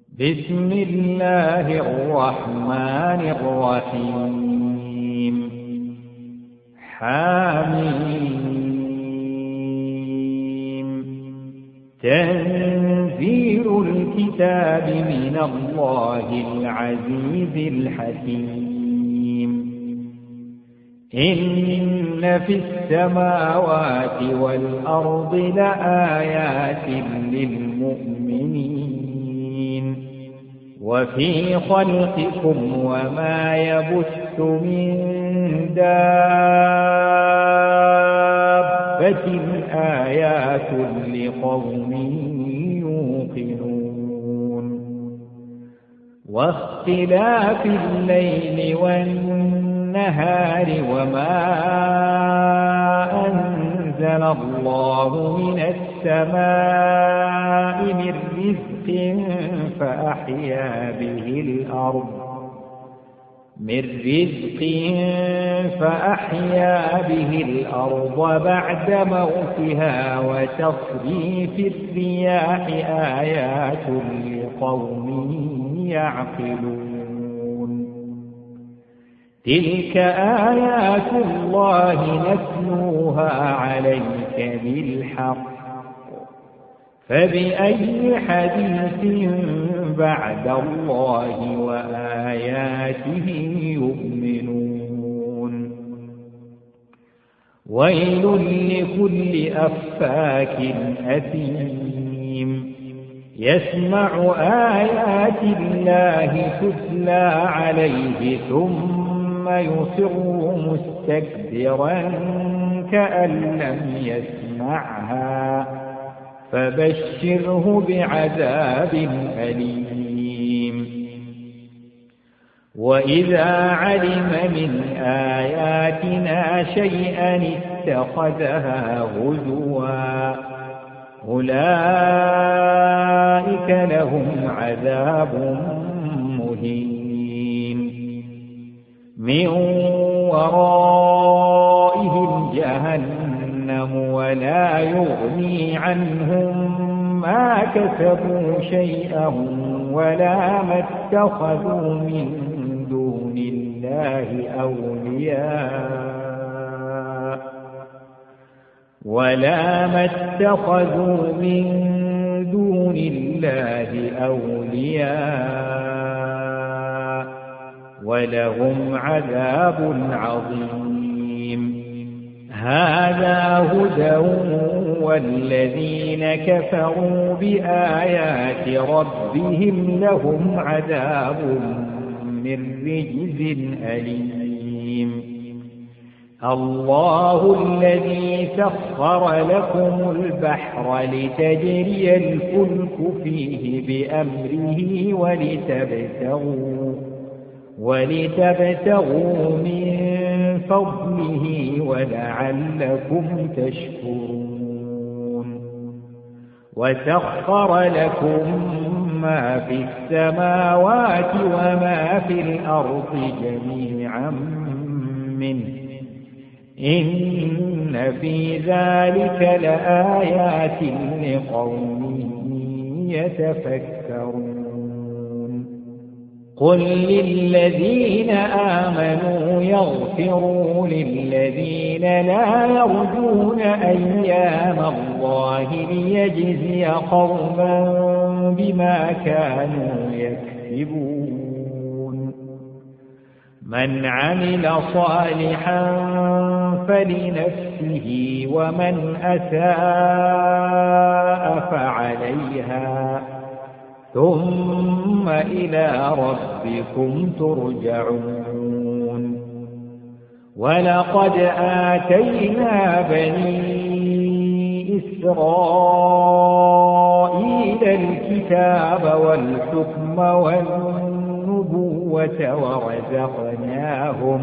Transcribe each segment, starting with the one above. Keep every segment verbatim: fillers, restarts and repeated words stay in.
بسم الله الرحمن الرحيم حميم تنزيل الكتاب من الله العزيز الحكيم إن في السماوات والأرض لآيات للمؤمنين وفي خلقكم وما يبث من دابة آيات لقوم يوقنون واختلاف الليل والنهار وما أنزل الله من السماء من رزق فأحيا به الأرض من رزق فأحيا به الأرض بعد موتها وتصريف الرياح آيات لقوم يعقلون تلك آيات الله نتلوها عليك بالحق فبأي حديث بعد الله وآياته يؤمنون ويل لكل أفاك أثيم يسمع آيات الله تتلى عليه ثم يصر مستكبرا كأن لم يسمعها فبشره بعذاب أليم وإذا علم من آياتنا شيئا اتخذها هزوا أولئك لهم عذاب مهين من ورائهم جهنم ولا يغني عنهم ما كسبوا شيئا ولا ما اتخذوا من دون الله أولياء ولا ما اتخذوا من دون الله أولياء ولهم عذاب عظيم هذا هدى والذين كفروا بآيات ربهم لهم عذاب من رجز أليم الله الذي سخر لكم البحر لتجري الفلك فيه بأمره ولتبتغوا ولتبتغوا من فضله ولعلكم تشكرون وسخر لكم ما في السماوات وما في الأرض جميعا منه إن في ذلك لآيات لقوم يتفكرون قل للذين آمنوا يغفروا للذين لا يرجون أيام الله ليجزي قوما بما كانوا يكسبون من عمل صالحا فلنفسه ومن أساء فعليها ثم إلى ربكم ترجعون ولقد آتينا بني إسرائيل الكتاب والحكم والنبوة ورزقناهم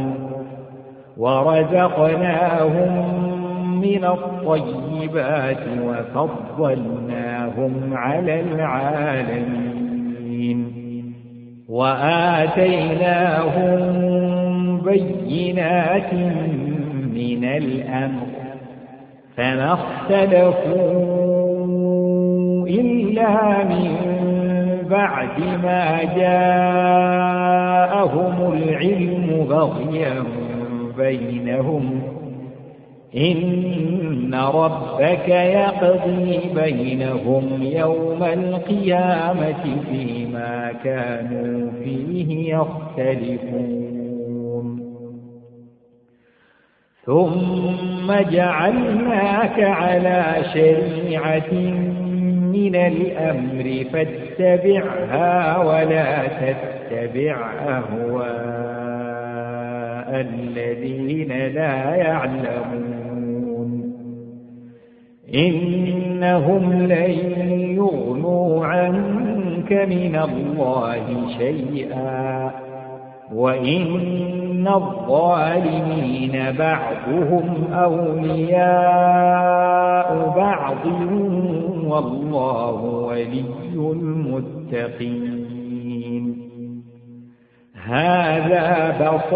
ورزقناهم من الطيبات وفضلناهم على العالمين وآتيناهم بينات من الأمر فما اختلفوا إلا من بعد ما جاءهم العلم بغيا بينهم إن ربك يقضي بينهم يوم القيامة فيما كانوا فيه يختلفون ثم جعلناك على شريعة من الأمر فاتبعها ولا تتبع أهواء الذين لا يعلمون إنهم لن يغنوا عنك من الله شيئا وإن الظالمين بعضهم أولياء بعض والله ولي المتقين هذا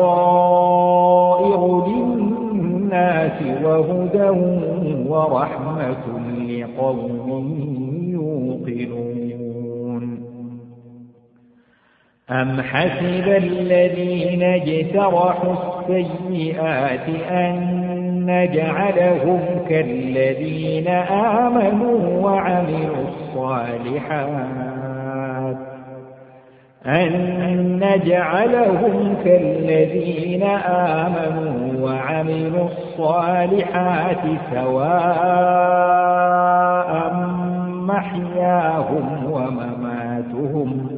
بصائر للناس وهدى ورحمة لقوم يوقنون أم حسب الذين اجترحوا السيئات أن نجعلهم كالذين آمنوا وعملوا الصالحات أن نجعلهم كالذين آمنوا وعملوا الصالحات سواء محياهم ومماتهم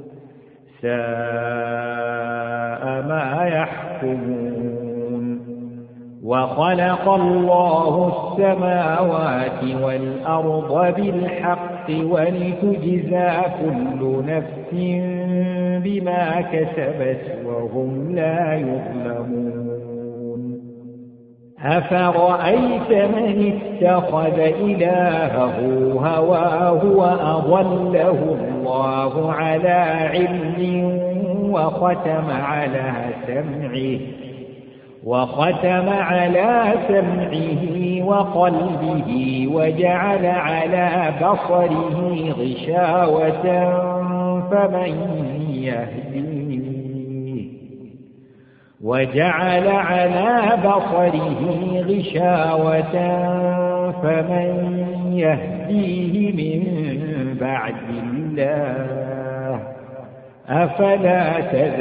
ساء ما يحكمون وخلق الله السماوات والأرض بالحق ولتجزى كل نفس بما كسبت وهم لا يظلمون أفرأيت من اتخذ إلهه هواه وأضله الله على علم وختم على سمعه وختم على سمعه وقلبه وجعل على بصره غشاوة فمن يهديه وجعل على بصره غشاوة فمن يهديه من بعد الله أفلا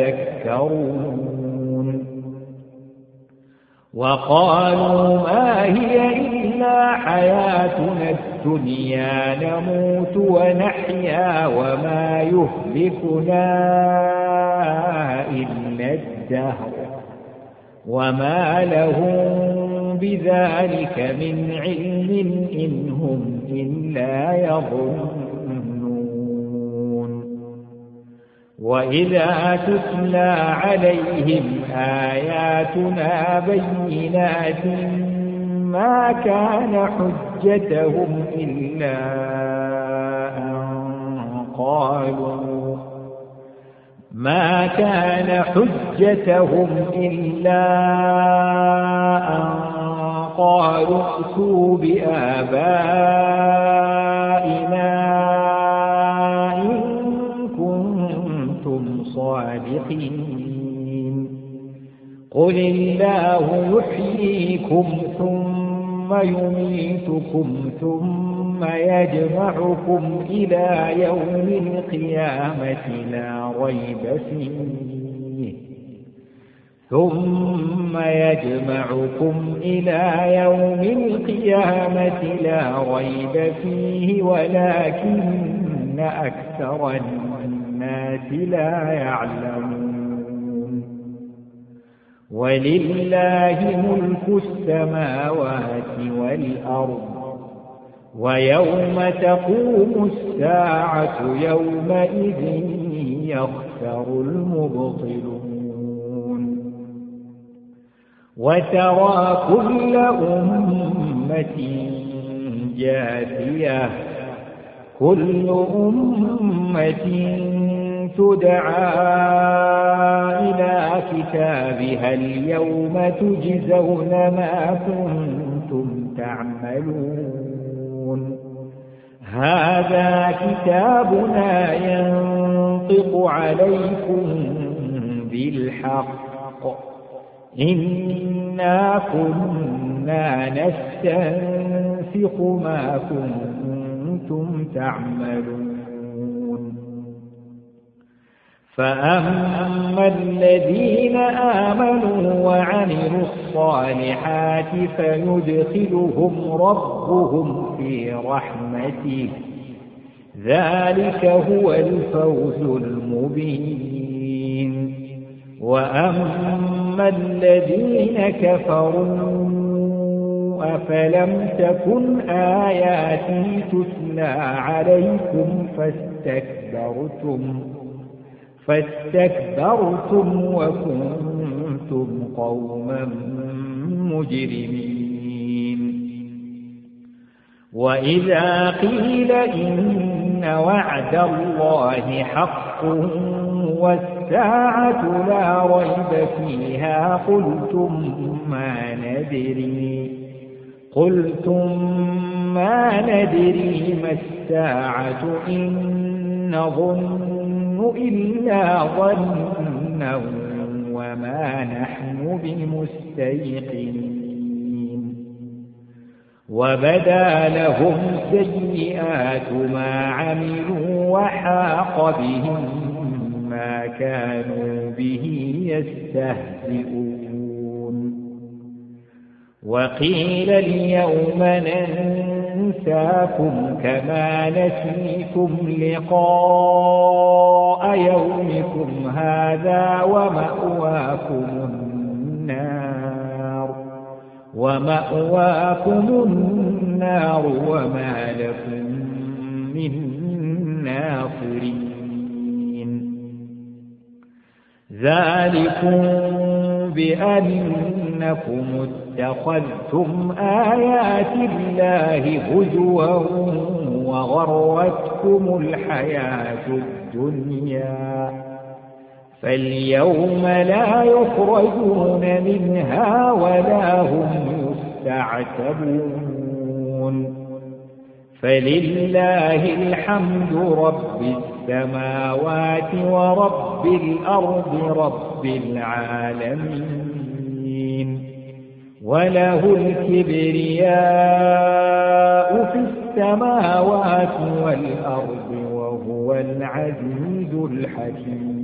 تذكرون وقالوا ما هي إلا حياتنا الدنيا نموت ونحيا وما يهلكنا إلا الدهر وما لهم بذلك من علم إن هم إلا يظنون وإذا تتلى عليهم آياتنا بينات ما كان حجتهم إلا أن قالوا ما كان حجتهم إلا أن قالوا ائتوا بآبائنا إن كنتم صادقين قل الله يحييكم ثم يميتكم ثم يجمعكم إلى يوم القيامة لا ريب فيه ثم يجمعكم إلى يوم القيامة لا ريب فيه ولكن أكثر الناس لا يعلمون ولله ملك السماوات والأرض ويوم تقوم الساعة يومئذ يخسر المبطلون وترى كل أمة جاثية كل أمة تدعى إلى كتابها اليوم تجزون ما كنتم تعملون هذا كتابنا ينطق عليكم بالحق إنا كنا نستنسخ ما كنتم تعملون فأما الذين آمنوا وعملوا الصالحات فيدخلهم ربهم في رحمته ذلك هو الفوز المبين وأما الذين كفروا أفلم تكن آياتي تتلى عليكم فاستكبرتم فاستكبرتم وكنتم قوما مجرمين وإذا قيل إن وعد الله حق والساعة لا ريب فيها قلتم ما ندري قلتم ما ندري ما الساعة إن نظن إلا ظنا وما نحن بمستيقنين وبدا لهم سيئات ما عملوا وحاق بهم ما كانوا به يستهزئون وقيل اليوم ننساكم كما نسيتم لقاء يومكم هذا ومأواكم النار ومأواكم النار وما لكم من ناصرين ذلكم بأنكم اتخذتم آيات الله هزوا وغرتكم الحياة الدنيا فاليوم لا يخرجون منها ولا هم يستعتبون فلله الحمد رب السماوات ورب الأرض رب العالمين وله الكبرياء في السماوات والأرض وهو العزيز الحكيم